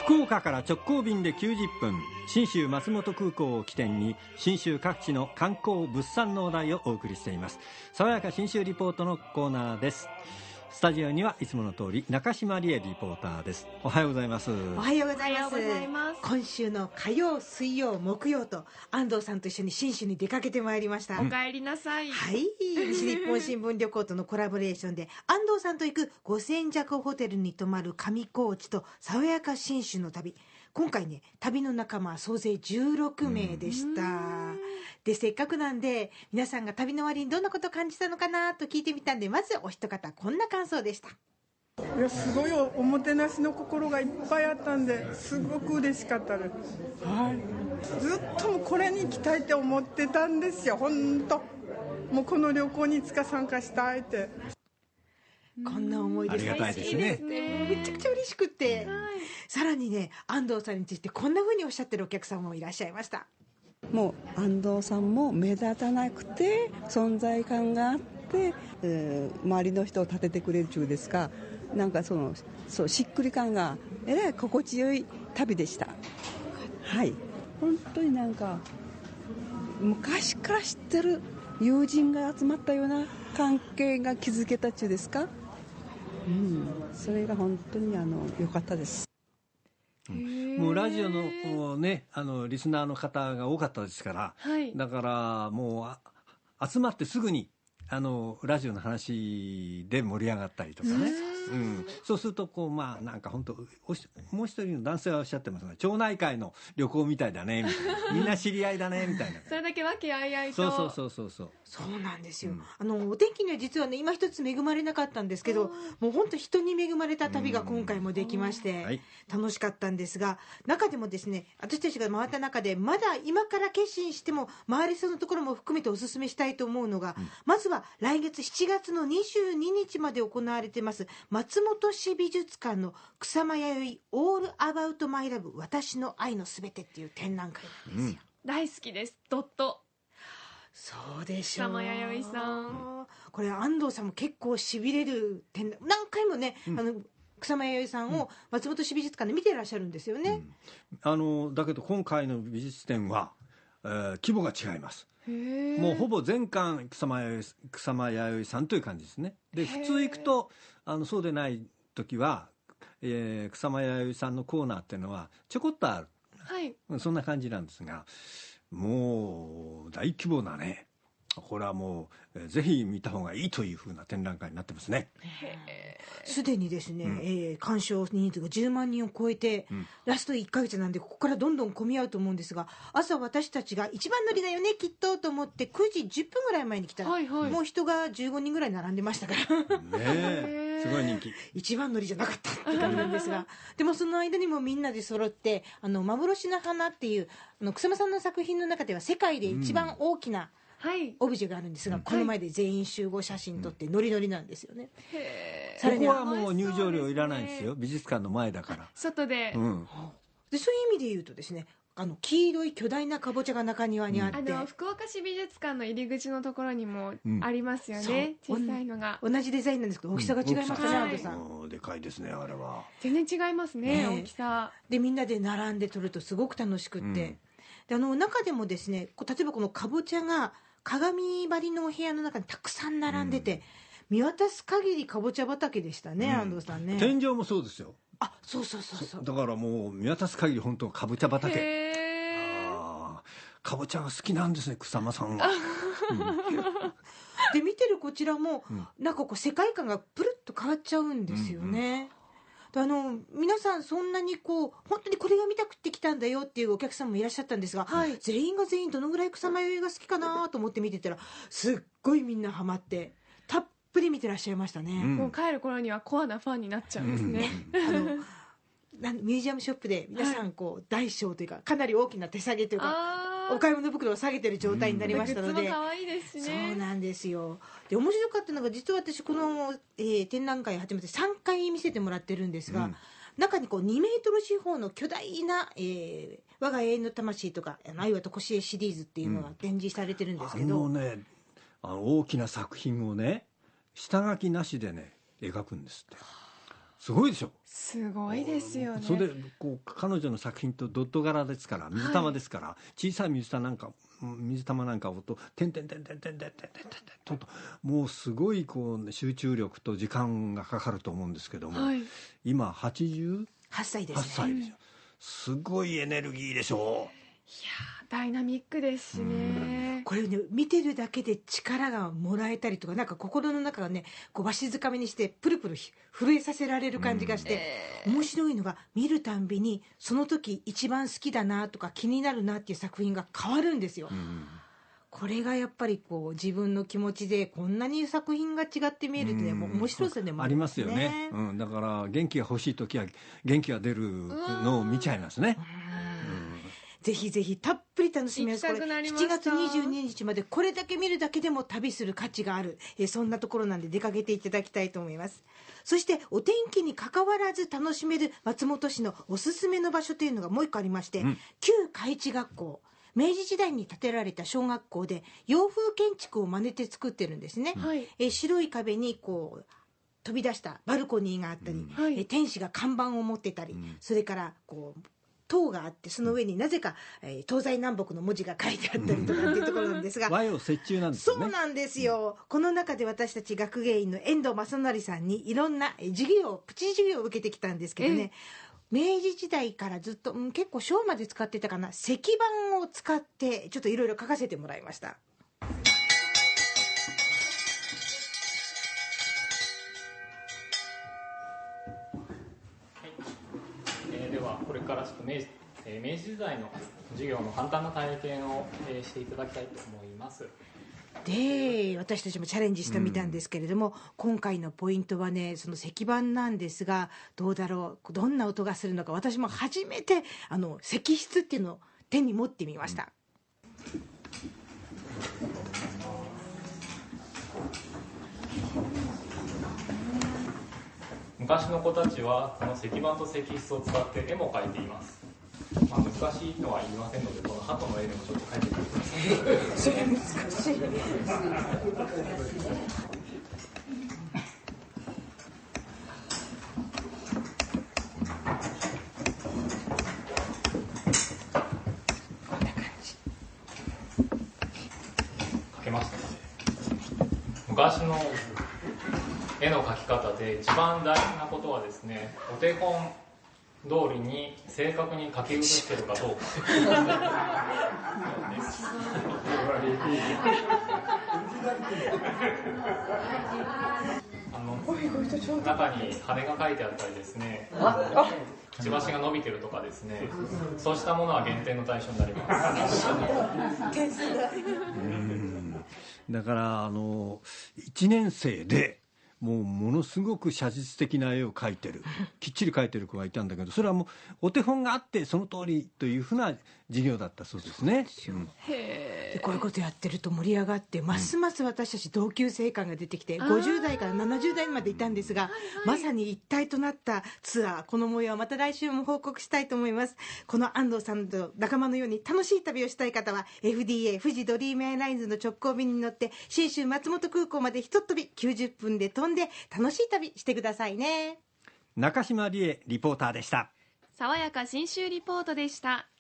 福岡から直行便で90分、信州松本空港を起点に信州各地の観光物産の話題をお送りしています。爽やか信州リポートのコーナーです。スタジオにはいつもの通り中島理恵リポーターです。おはようございます。 おはようございます。今週の火曜、水曜、木曜と安藤さんと一緒に信州に出かけてまいりました。 お帰りなさい。 はい、西日本新聞旅行とのコラボレーションで安藤さんと行く五千尺ホテルに泊まる上高地と爽やか信州の旅。今回ね、旅の仲間は総勢16名でした。で、せっかくなんで皆さんが旅の終わりにどんなことを感じたのかなと聞いてみたんで、まずお一方こんな感想でした。 いや、すごいおもてなしの心がいっぱいあったんですごく嬉しかったです。はい、ずっともこれに行きたいって思ってたんですよ。本当もうこの旅行にいつか参加したいって。 こんな思いです。 ありがたいですね。 めちゃくちゃ嬉しくて、さらにね、安藤さんについてこんな風におっしゃってるお客さんもいらっしゃいました。 もう安藤さんも目立たなくて存在感があって、周りの人を立ててくれる中ですか、なんかそうしっくり感がえらい心地よい旅でした。はい、本当になんか昔から知ってる友人が集まったような関係が築けた中ですか。それが本当に良かったです。 もうラジオのね、リスナーの方が多かったですから、 はい、 だからもう集まってすぐにラジオの話で盛り上がったりとかね、そうするとなんか本当もう一人の男性はおっしゃってますが、町内会の旅行みたいだねみたいな、みんな知り合いだねみたいなそれだけ和気あいあいと。 そうなんですよ。お天気には実はね、今一つ恵まれなかったんですけど、もう本当人に恵まれた旅が今回もできまして、楽しかったんですが、中でもですね、私たちが回った中でまだ今から決心しても回れそうなところも含めてお勧めしたいと思うのが、まずは来月7月の22日まで行われてます松本市美術館の草間彌生オールアバウトマイラブ私の愛のすべてっていう展覧会なんですよ。 大好きです。ドット。 そうでしょう。 草間彌生さん、 これ安藤さんも結構しびれる展覧、何回もね、草間彌生さんを松本市美術館で見てらっしゃるんですよね。 だけど今回の美術展は、規模が違います。もうほぼ全館草間彌生さんという感じですね。で、普通行くとそうでない時は、草間彌生さんのコーナーっていうのはちょこっとある、そんな感じなんですが、もう大規模なね、これはもうぜひ見た方がいいというふうな展覧会になってますね。 すでにですね、鑑賞人数が10万人を超えて、ラスト1ヶ月なんでここからどんどん混み合うと思うんですが、朝私たちが一番乗りだよねきっとと思って9時10分ぐらい前に来たら、もう人が15人ぐらい並んでましたからね、すごい人気。 一番乗りじゃなかったって感じなんですがでもその間にもみんなで揃って幻の花っていう草間さんの作品の中では世界で一番大きな、オブジェがあるんですが、この前で全員集合写真撮ってノリノリなんですよね。 ここはもう入場料いらないんですよ。美術館の前だから外で、 でそういう意味で言うとですね、黄色い巨大なかぼちゃが中庭にあって、 福岡市美術館の入り口のところにもありますよね、小さいのが。 同じデザインなんですけど大きさが違いますね、安藤さん。 でかいですね、あれは。 全然違いますね、大きさでみんなで並んで撮るとすごく楽しくって、で中でもですね、例えばこのかぼちゃが鏡張りのお部屋の中にたくさん並んでて、見渡す限りかぼちゃ畑でしたね、安藤さんね。 天井もそうですよ。 そうだからもう見渡す限り本当かぼちゃ畑。かぼちゃが好きなんですね、草間さんは。 で見てるこちらも、なんか世界観がプルッと変わっちゃうんですよね。皆さんそんなに本当にこれが見たくて来たんだよっていうお客さんもいらっしゃったんですが、全員が全員どのぐらい草間彌生が好きかなと思って見てたら、すっごいみんなハマってたっぷり見てらっしゃいましたね。 もう帰る頃にはコアなファンになっちゃうんですね。 ミュージアムショップで皆さん大小というか、かなり大きな手提げというかお買い物袋を下げてる状態になりましたので、 グッズも可愛いですしね。 そうなんですよ。で面白かったのが、実は私この、展覧会始めて3回見せてもらってるんですが、中に2メートル四方の巨大な、我が永遠の魂とか愛はとこしえシリーズっていうのが展示されてるんですけど、 大きな作品をね、下書きなしでね描くんですって。 すごいでしょ。 すごいですよね。 それでこう彼女の作品とドット柄ですから、水玉ですから、はい、小さい水玉なんかをと点々点々点々点々点々ともうすごいこう集中力と時間がかかると思うんですけども、はい、今88 歳ですね。 8歳ですよ。すごいエネルギーでしょう。 いやダイナミックですしね。 これね、見てるだけで力がもらえたりとか、なんか心の中がねこうわしづかみにしてプルプル震えさせられる感じがして、面白いのが見るたんびにその時一番好きだなとか気になるなっていう作品が変わるんですよ。これがやっぱりこう自分の気持ちでこんなに作品が違って見えるってね、もう面白さでもありますよね。だから元気が欲しい時は元気が出るのを見ちゃいますね。 ぜひぜひたっぷり楽しみます。これ7月22日までこれだけ見るだけでも旅する価値がある、そんなところなんで出かけていただきたいと思います。そしてお天気に関わらず楽しめる松本市のおすすめの場所というのがもう一個ありまして、旧海地学校、明治時代に建てられた小学校で洋風建築を真似て作ってるんですね。白い壁にこう飛び出したバルコニーがあったり、天使が看板を持ってたり、それからこう塔があって、その上になぜか、東西南北の文字が書いてあったりとかっていうところなんですが、 和洋折衷なんですよね。 そうなんですよ。この中で私たち学芸員の遠藤正成さんにいろんなプチ授業を受けてきたんですけどね、明治時代からずっと、結構昭和まで使ってたかな、石板を使ってちょっといろいろ書かせてもらいました。 これからちょっと明治時代の授業の簡単な体験を、していただきたいと思います。 で、私たちもチャレンジしてみたんですけれども、今回のポイントはね、その石板なんですが、どうだろう、どんな音がするのか、私も初めて石筆っていうのを手に持ってみました。 昔の子たちはこの石板と石筆を使って絵も描いています。難しいとは言いませんので、この鳩の絵でもちょっと描いてみてください。 それ難しい。こんな感じ。 描けましたか？昔の絵の描き方で一番大事なことはですね、お手本通りに正確に描き写してるかどうか中に羽が描いてあったりですね、くちばしが伸びてるとかですね、そうしたものは減点の対象になります。 だから1年生でものすごく写実的な絵を描いてる、きっちり描いてる子がいたんだけど、それはもうお手本があってその通りというふうな授業だったそうですね。 でこういうことやってると盛り上がって、ますます私たち同級生感が出てきて、50代から70代までいたんですが、まさに一体となったツアー、この模様はまた来週も報告したいと思います。この安藤さんと仲間のように楽しい旅をしたい方は FDA 富士ドリームエアラインズの直行便に乗って信州松本空港までひとっ飛び90分で飛んで楽しい旅してくださいね。 中島理恵リポーターでした。 爽やか信州リポートでした。